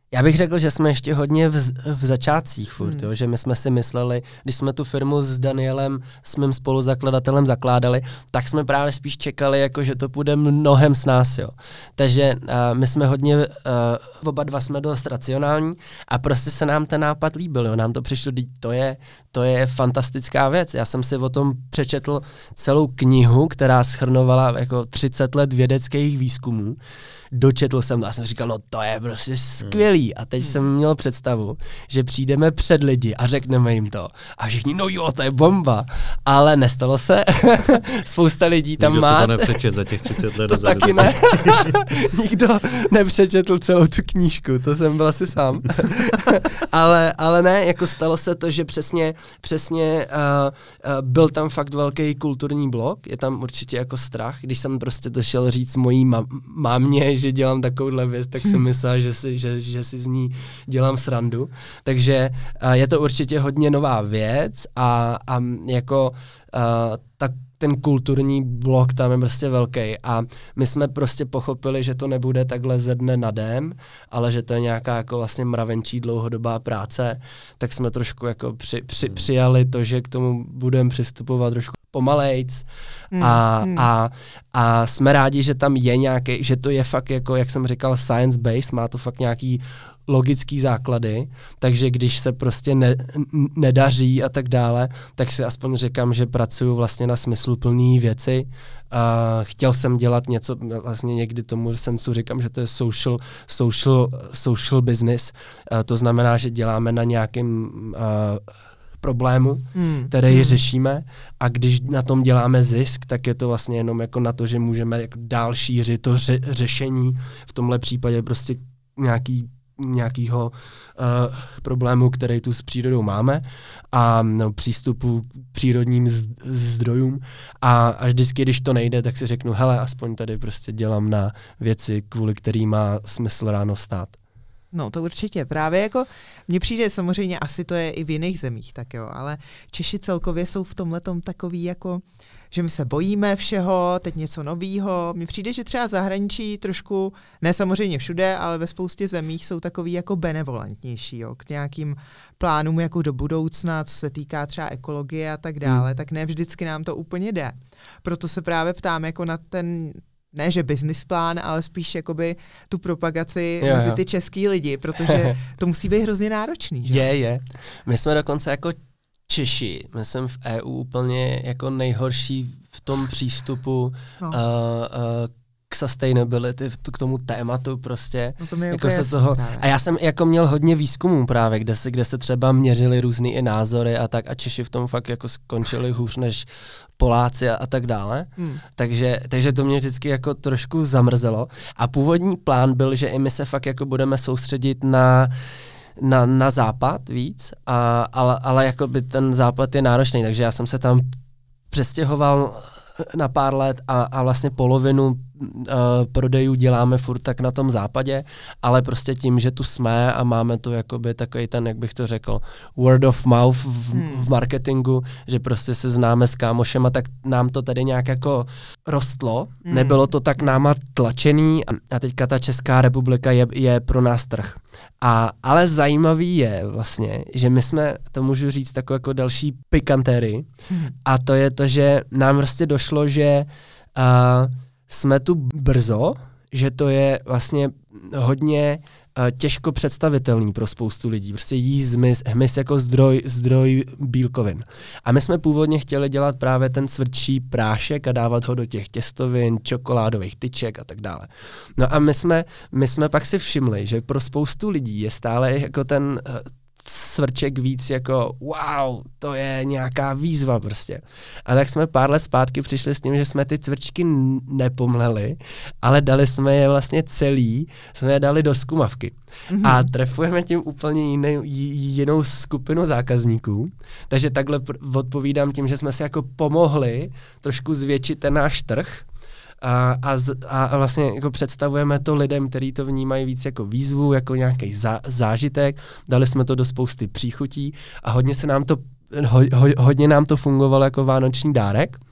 Já bych řekl, že jsme ještě hodně v, v začátcích furt, Hmm. jo, že my jsme si mysleli, když jsme tu firmu s Danielem, s mým spoluzakladatelem zakládali, tak jsme právě spíš čekali, jako, že to půjde mnohem s nás. Jo. Takže uh, my jsme hodně, uh, oba dva jsme dost racionální a prostě se nám ten nápad líbil. Jo. Nám to přišlo, to je, to je fantastická věc. Já jsem si o tom přečetl celou knihu, která shrnovala jako třicet let vědeckých výzkumů. Dočetl jsem to a jsem říkal, no to je prostě skvělý. A teď jsem měl představu, že přijdeme před lidi a řekneme jim to. A všichni, no jo, to je bomba. Ale nestalo se. Spousta lidí tam Nikdo má. si to nepřečet za těch třicet let. To dozadu. taky ne. Nikdo nepřečetl celou tu knížku, to jsem byl asi sám. ale, ale ne, jako stalo se to, že přesně, přesně uh, uh, byl tam fakt velký kulturní blok, je tam určitě jako strach. Když jsem prostě došel říct mojí ma- mámě, že dělám takovouhle věc, tak jsem myslel, že si, že, že si z ní dělám srandu. Takže uh, je to určitě hodně nová věc a, a jako uh, tak ten kulturní blok tam je prostě velký a my jsme prostě pochopili, že to nebude takhle ze dne na den, ale že to je nějaká jako vlastně mravenčí dlouhodobá práce, tak jsme trošku jako při, při, přijali to, že k tomu budeme přistupovat trošku pomalejc a, mm. a, a jsme rádi, že tam je nějaký, že to je fakt jako, jak jsem říkal, science based, má to fakt nějaký logický základy, takže když se prostě ne, nedaří a tak dále, tak si aspoň říkám, že pracuju vlastně na smysluplný věci. Uh, chtěl jsem dělat něco, vlastně někdy tomu sensu říkám, že to je social, social, social business, uh, to znamená, že děláme na nějakém uh, problému, hmm. který hmm. řešíme a když na tom děláme zisk, tak je to vlastně jenom jako na to, že můžeme jako dál šířit to ře- řešení, v tomhle případě prostě nějaký nějakého uh, problému, který tu s přírodou máme a no, přístupu k přírodním z- zdrojům a až vždycky, když to nejde, tak si řeknu, hele, aspoň tady prostě dělám na věci, kvůli který má smysl ráno vstát. No to určitě, právě jako mně přijde samozřejmě, asi to je i v jiných zemích, tak jo, ale Češi celkově jsou v tomhletom takový jako, že my se bojíme všeho, teď něco novýho. Mně přijde, že třeba v zahraničí trošku, ne samozřejmě všude, ale ve spoustě zemích jsou takový jako benevolentnější, jo, k nějakým plánům jako do budoucna, co se týká třeba ekologie a tak dále, hmm. tak ne vždycky nám to úplně jde. Proto se právě ptám jako na ten, ne že business plán, ale spíš jakoby tu propagaci jo, mezi jo. ty český lidi, protože to musí být hrozně náročný. Že? Je, je. My jsme dokonce jako Češi, myslím v E U úplně jako nejhorší v tom přístupu no. uh, uh, k sustainability, k tomu tématu prostě. No to mi je jako jako se jasný, toho, právě. a já jsem jako měl hodně výzkumů právě, kde se, kde se třeba měřili různý i názory a tak a Češi v tom fakt jako skončili hůř než Poláci a, a tak dále. Hmm. Takže, takže to mě vždycky jako trošku zamrzelo. A původní plán byl, že i my se fakt jako budeme soustředit na Na, na západ víc, a, ale, ale jakoby ten západ je náročný, takže já jsem se tam přestěhoval na pár let a, a vlastně polovinu uh, prodejů děláme furt tak na tom západě, ale prostě tím, že tu jsme a máme tu jakoby takový ten, jak bych to řekl, word of mouth v, hmm. v marketingu, že prostě se známe s kámošema, tak nám to tady nějak jako rostlo, hmm. nebylo to tak náma tlačený a, a teďka ta Česká republika je, je pro nás trh. A, ale zajímavý je vlastně, že my jsme, to můžu říct takovou jako další pikantéry, hmm. a to je to, že nám prostě došlo, že uh, jsme tu brzo, že to je vlastně hodně uh, těžko představitelný pro spoustu lidí. Prostě jíst hmyz, hmyz jako zdroj, zdroj bílkovin. A my jsme původně chtěli dělat právě ten cvrčí prášek a dávat ho do těch těstovin, čokoládových tyček a tak dále. No a my jsme, my jsme pak si všimli, že pro spoustu lidí je stále jako ten uh, cvrček víc jako wow, to je nějaká výzva prostě. A tak jsme pár let zpátky přišli s tím, že jsme ty cvrčky nepomleli, ale dali jsme je vlastně celý, jsme je dali do zkumavky. Mm-hmm. A trefujeme tím úplně jiný, jinou skupinu zákazníků. Takže takhle odpovídám tím, že jsme si jako pomohli trošku zvětšit ten náš trh. A, a, a vlastně jako představujeme to lidem, kteří to vnímají víc jako výzvu, jako nějaký zá, zážitek. Dali jsme to do spousty příchutí a hodně se nám to, ho, ho, hodně nám to fungovalo jako vánoční dárek.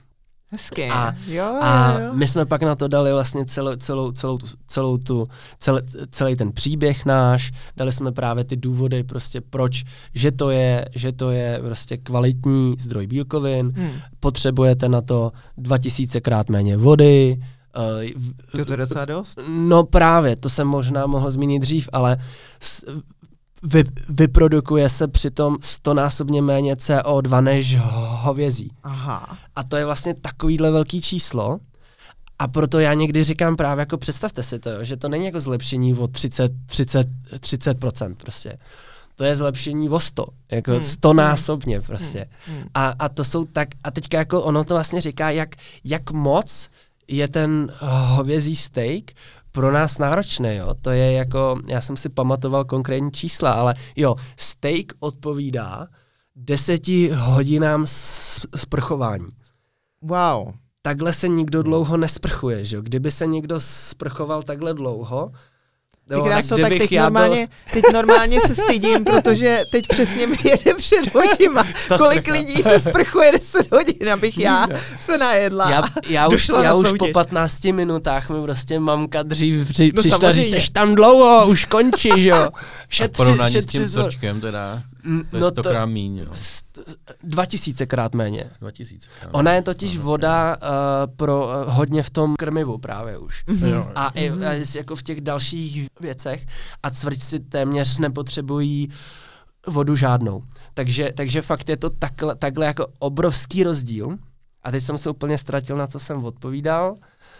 Hezky. A, jo, a jo, jo. my jsme pak na to dali vlastně celou, celou, celou, tu, celou tu, celý, celý ten příběh náš, dali jsme právě ty důvody prostě proč, že to je, že to je prostě kvalitní zdroj bílkovin, Hmm. potřebujete na to dva tisícekrát méně vody. Uh, To je docela dost. No právě, to jsem možná mohl zmínit dřív, ale s, vy, vyprodukuje se přitom stonásobně méně C O dva než hovězí. Aha. A to je vlastně takovýhle velký číslo. A proto já někdy říkám právě jako představte si to, jo, že to není jako zlepšení o třicet, třicet, třicet procent prostě. To je zlepšení o sto, jako hmm. stonásobně prostě. Hmm. A, a to jsou tak, a teďka jako ono to vlastně říká, jak, jak moc je ten hovězí steak pro nás náročný, jo. To je jako, já jsem si pamatoval konkrétní čísla, ale jo, steak odpovídá deseti hodinám sprchování. Wow. Takhle se nikdo dlouho nesprchuje, že jo. Kdyby se někdo sprchoval takhle dlouho, Ty no, kráso, tak tak teď já normálně, byl... teď normálně se stydím, protože teď přesně mi jede před očima, kolik sprcha. lidí se sprchuje deset hodin, abych já se najedla. Já, já, už, já už soutěž. po patnácti minutách mi prostě mamka dřív při, No přišla říct, samozřejmě. seš tam dlouho, už končí, že jo. A v porovnání s tím srčkem teda, to je no stokrát míň, jo. Dva tisícekrát méně. Dva tisíce. Ona je totiž voda uh, pro uh, hodně v tom krmivu právě už. Mm-hmm. A i a jako v těch dalších věcech a cvrčci téměř nepotřebují vodu žádnou. Takže, takže fakt je to takhle, takhle jako obrovský rozdíl. A teď jsem se úplně ztratil, na co jsem odpovídal.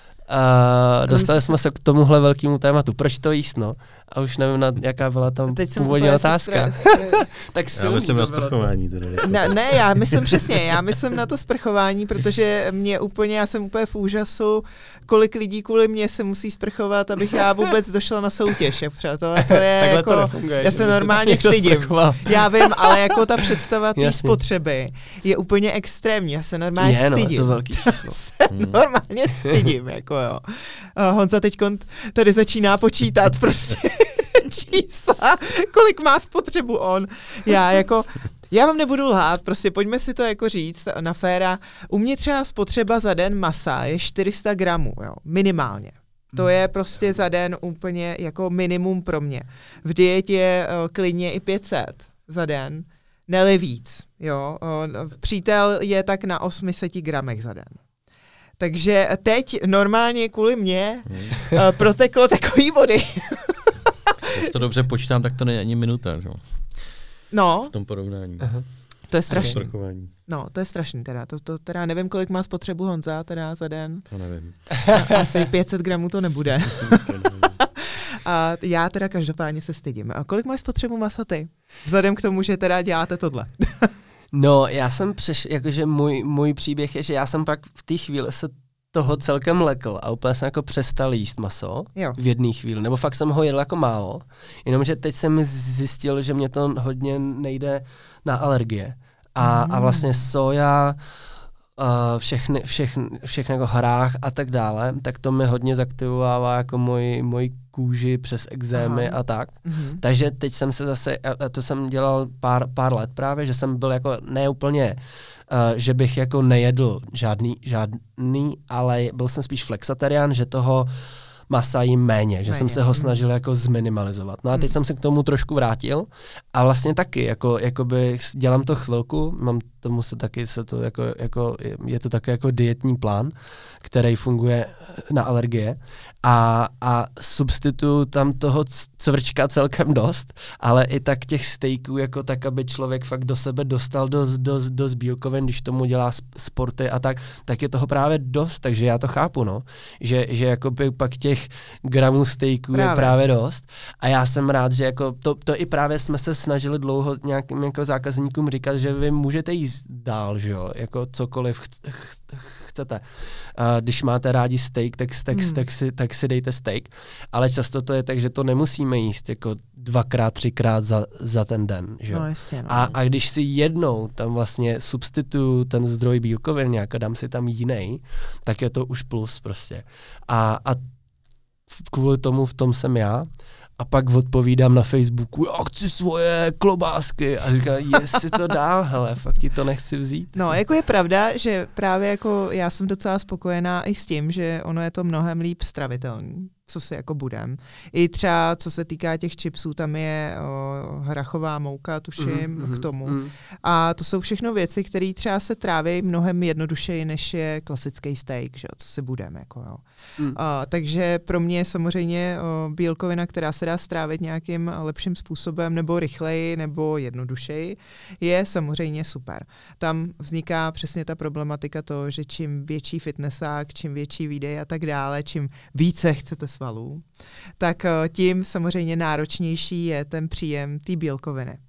Uh, dostali jsme se k tomuhle velkému tématu. Proč to jíst, no? A už nevím, na, jaká byla tam původní otázka. Tak já myslím na sprchování. Ne, ne, já myslím přesně, já myslím na to sprchování, protože mě úplně, já jsem úplně v úžasu, kolik lidí kvůli mě se musí sprchovat, abych já vůbec došla na soutěž. Jak přátelé, to je takhle jako, to nefunguje, já se normálně stydím. Já vím, ale jako ta představa té spotřeby je úplně extrémní, já se normálně je, stydím. No, je to velký číslo. se normálně stydím, jako jo. Uh, Honza teď tady začíná počítat prostě čísla, kolik má spotřebu on. Já jako, já vám nebudu lhát, prostě pojďme si to jako říct na féra. U mě třeba spotřeba za den masa je čtyři sta gramů, jo, minimálně. To je prostě za den úplně jako minimum pro mě. V dietě je uh, klidně i pět set za den, ne víc, jo. Uh, přítel je tak na osm set gramech za den. Takže teď normálně kvůli mně hmm. uh, proteklo takový vody. Když to dobře počítám, tak to není ani minuta, že? No. V tom porovnání. Aha. To je strašný. Okay. No, to je strašný teda. To, to teda nevím, kolik má spotřebu Honza teda za den. To nevím. A, asi pět set gramů to nebude. A já teda každopádně se stydím. A kolik máš spotřebu masa ty? Vzhledem k tomu, že teda děláte tohle. No, já jsem přeš, jakože můj, můj příběh je, že já jsem pak v té chvíli se toho celkem lekl a úplně jsem jako přestal jíst maso jo. v jedné chvíli, nebo fakt jsem ho jedl jako málo, jenomže teď jsem zjistil, že mě to hodně nejde na alergie. A, mm. a vlastně soja, uh, všechny, všechny, všechny jako hrách a tak dále, tak to mi hodně zaktivovává jako můj, můj kůži přes exémy a tak. Mm-hmm. Takže teď jsem se zase, a to jsem dělal pár, pár let právě, že jsem byl jako ne úplně, uh, že bych jako nejedl žádný, žádný, ale byl jsem spíš flexitarián, že toho masa jím méně, že méně. jsem se ho snažil jako zminimalizovat. No a teď hmm. jsem se k tomu trošku vrátil a vlastně taky, jako, jakoby dělám to chvilku, mám tomu se taky, se to jako, jako, je to taky jako dietní plán, který funguje na alergie a, a substituju tam toho cvrčka celkem dost, ale i tak těch steaků jako tak, aby člověk fakt do sebe dostal dost, dost, dost bílkovin, když tomu dělá sporty a tak, tak je toho právě dost, takže já to chápu, no, že, že jakoby pak těch gramů steaků právě. je právě dost a já jsem rád, že jako to, to i právě jsme se snažili dlouho nějakým jako zákazníkům říkat, že vy můžete jíst dál, že jo, jako cokoliv ch- ch- chcete. Uh, když máte rádi steak, tak, tak, hmm. tak, si, tak si dejte steak, ale často to je tak, že to nemusíme jíst jako dvakrát, třikrát za, za ten den, že jo. No, jasně, no. A, a když si jednou tam vlastně substituju ten zdroj bílkovin nějak a dám si tam jiný, tak je to už plus prostě. A, a kvůli tomu v tom jsem já a pak odpovídám na Facebooku, já chci svoje klobásky a říkám, jestli to dál, hele, fakt ti to nechci vzít. No, jako je pravda, že právě jako já jsem docela spokojená i s tím, že ono je to mnohem líp stravitelný, co si jako budem. I třeba co se týká těch chipsů, tam je o, hrachová mouka, tuším, mm-hmm, k tomu. Mm. A to jsou všechno věci, které třeba se tráví mnohem jednodušeji, než je klasický steak, že jo, co si budem. Jako, jo. Mm. A, takže pro mě samozřejmě o, bílkovina, která se dá strávit nějakým lepším způsobem, nebo rychleji, nebo jednodušeji, je samozřejmě super. Tam vzniká přesně ta problematika toho, že čím větší fitnessák, čím větší výdej a tak dále, čím více chcete svalů, tak tím samozřejmě náročnější je ten příjem té bílkoviny.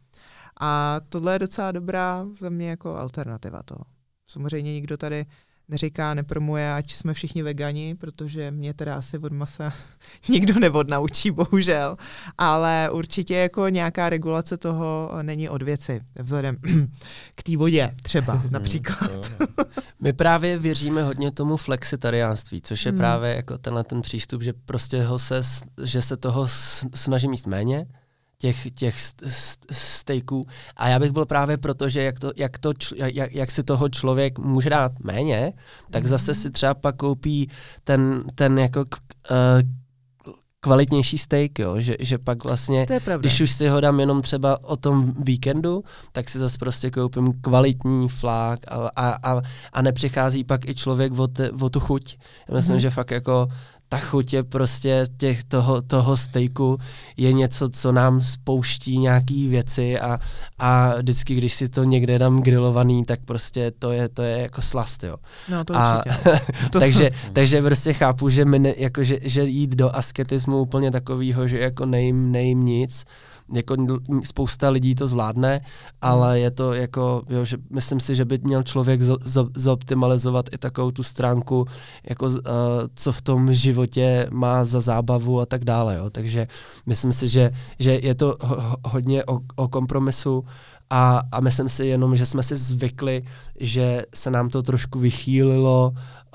A tohle je docela dobrá za mě jako alternativa toho. Samozřejmě nikdo tady neříká, nepromuje, ať jsme všichni vegani, protože mě teda asi od masa nikdo neodnaučí, bohužel. Ale určitě jako nějaká regulace toho není od věci, vzhledem k té vodě třeba například. My právě věříme hodně tomu flexitariánství, což je hmm. právě jako tenhle ten přístup, že prostě ho se, že se toho snaží jíst méně, těch, těch steaků. A já bych byl právě proto, že jak, to, jak, to, jak, jak si toho člověk může dát méně, tak zase si třeba pak koupí ten, ten jako k, uh, kvalitnější steak, jo? Že, že pak vlastně, když už si ho dám jenom třeba o tom víkendu, tak si zase prostě koupím kvalitní flák a, a, a, a nepřichází pak i člověk o, te, o tu chuť. Já myslím, mm. že fakt jako ta chuť je prostě těch, toho, toho steaku je něco, co nám spouští nějaký věci a, a vždycky, když si to někde dám grilovaný, tak prostě to je, to je jako slast, jo. No to a, určitě. takže, takže prostě chápu, že, my ne, jako, že, že jít do asketismu úplně takovýho, že jako nejím, nejím nic, jako spousta lidí to zvládne, ale je to jako, jo, že myslím si, že by měl člověk zo, zo, zoptimalizovat i takovou tu stránku, jako uh, co v tom životě má za zábavu a tak dále, jo. Takže myslím si, že, že je to ho, hodně o, o kompromisu a, a myslím si jenom, že jsme si zvykli, že se nám to trošku vychýlilo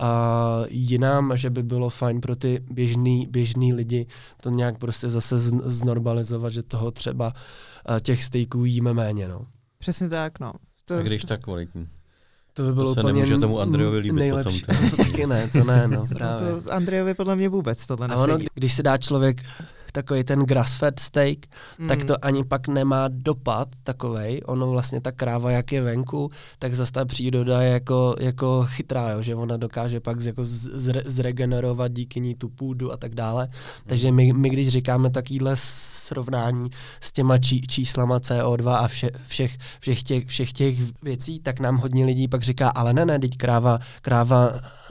a jinam, že by bylo fajn pro ty běžný, běžný lidi to nějak prostě zase z, znormalizovat, že toho třeba uh, těch steaků jíme méně, no. Přesně tak, no. To, a když tak kvalitní. To by bylo to se úplně nemůže tomu Andrejovi líbit nejlepší. potom. To taky ne, to ne, no, právě. To Andrejovi podle mě vůbec tohle nesedí. A ono, když se dá člověk takový ten grass-fed steak, mm. tak to ani pak nemá dopad takovej. Ono vlastně ta kráva, jak je venku, tak zase ta příroda je jako, jako chytrá, jo, že ona dokáže pak z, jako zre, zregenerovat díky ní tu půdu a tak dále. Mm. Takže my, my, když říkáme takovýhle srovnání s těma čí, číslama C O dva a vše, všech, všech, těch, všech těch věcí, tak nám hodně lidí pak říká, ale ne, ne, teď kráva, kráva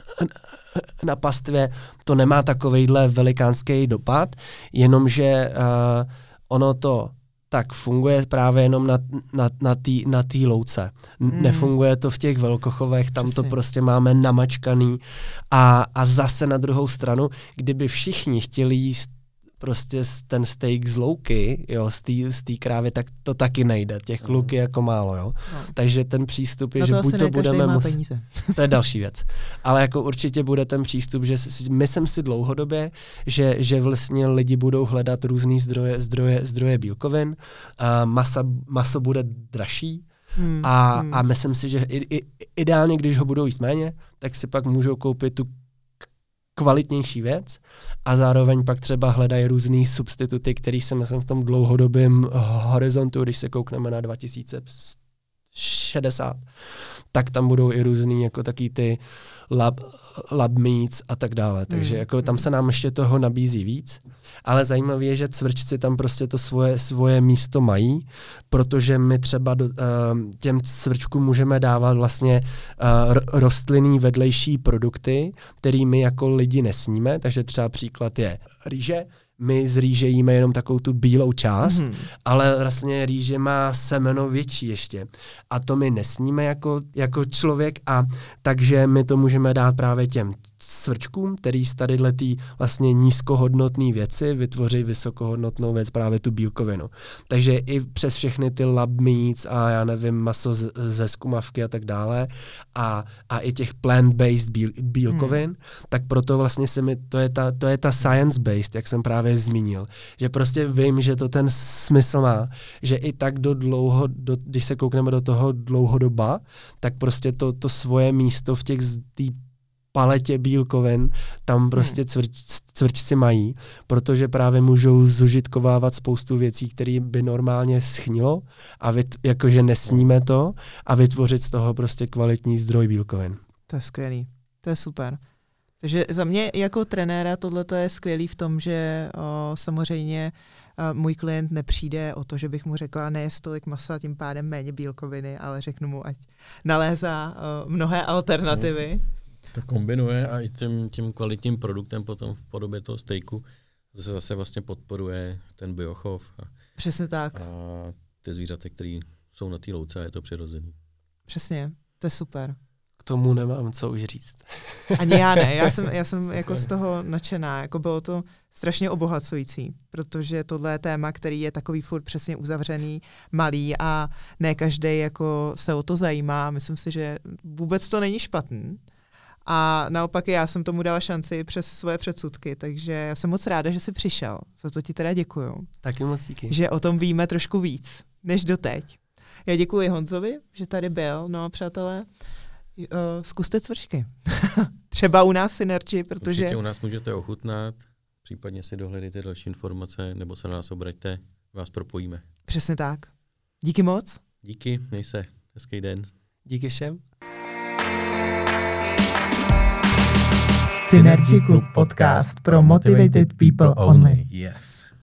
na pastvě to nemá takovejhle velikánský dopad, jenomže uh, ono to tak funguje právě jenom na, na, na té na tý louce. Mm. Nefunguje to v těch velkochovech, tam Přesně. to prostě máme namačkaný a, a zase na druhou stranu, kdyby všichni chtěli jíst prostě ten steak z louky, jo, z té krávy, tak to taky nejde. Těch luk je jako málo, jo. No. Takže ten přístup je, no to že buď to budeme muset... To je další věc. Ale jako určitě bude ten přístup, že myslím si dlouhodobě, že, že vlastně lidi budou hledat různý zdroje, zdroje, zdroje bílkovin, a masa, maso bude dražší, hmm, a, hmm. a myslím si, že i, i, ideálně, když ho budou jíst méně, tak si pak můžou koupit tu kvalitnější věc a zároveň pak třeba hledají různý substituty, který se myslím v tom dlouhodobém horizontu, když se koukneme na dva tisíce šedesát, tak tam budou i různý jako taky ty lab, lab meats a tak dále. Takže mm. jako tam se nám ještě toho nabízí víc, ale zajímavé je, že cvrčci tam prostě to svoje, svoje místo mají, protože my třeba do, uh, těm cvrčkům můžeme dávat vlastně uh, rostlinný vedlejší produkty, který my jako lidi nesníme, takže třeba příklad je rýže. My z rýže jíme jenom takovou tu bílou část, mm-hmm. ale vlastně rýže má semeno větší ještě. A to my nesníme jako, jako člověk, a takže my to můžeme dát právě těm cvrčkům, který z tadyhletý vlastně nízkohodnotné věci vytvoří vysokohodnotnou věc, právě tu bílkovinu. Takže i přes všechny ty lab meats a já nevím, maso z, ze zkumavky a tak dále a, a i těch plant-based bíl, bílkovin, hmm. tak proto vlastně se mi, to je ta, to je ta science-based, jak jsem právě zmínil, že prostě vím, že to ten smysl má, že i tak do dlouho, do, když se koukneme do toho dlouhodoba, tak prostě to, to svoje místo v těch tý paletě bílkovin tam prostě cvrč, cvrčci mají, protože právě můžou zužitkovávat spoustu věcí, které by normálně schnilo a vyt, jakože nesníme to a vytvořit z toho prostě kvalitní zdroj bílkovin. To je skvělý, to je super. Takže za mě jako trenéra tohle je skvělý v tom, že o, samozřejmě o, můj klient nepřijde o to, že bych mu řekla, nejez tolik masa, tím pádem méně bílkoviny, ale řeknu mu, ať nalézá o, mnohé alternativy. To kombinuje a i tím, tím kvalitním produktem potom v podobě toho stejku zase, zase vlastně podporuje ten biochov a, Přesně tak. a ty zvířata, které jsou na té louce a je to přirozený. Přesně, to je super. K tomu nemám co už říct. Ani já ne, já jsem, já jsem jako z toho nadšená, jako bylo to strašně obohacující, protože tohle je téma, který je takový furt přesně uzavřený, malý a ne každý jako se o to zajímá, myslím si, že vůbec to není špatný. A naopak já jsem tomu dala šanci přes svoje předsudky, takže já jsem moc ráda, že jsi přišel. Za to ti teda děkuju. Taky moc díky. Že o tom víme trošku víc, než doteď. Já děkuji Honzovi, že tady byl. No, přátelé, uh, zkuste cvrčky. Třeba u nás Synergy, protože... Určitě u nás můžete ochutnat, případně si dohledejte další informace, nebo se na nás obraťte, vás propojíme. Přesně tak. Díky moc. Díky, měj se. Hezký den. Díky všem. Synergy Club podcast pro motivated people only. Yes.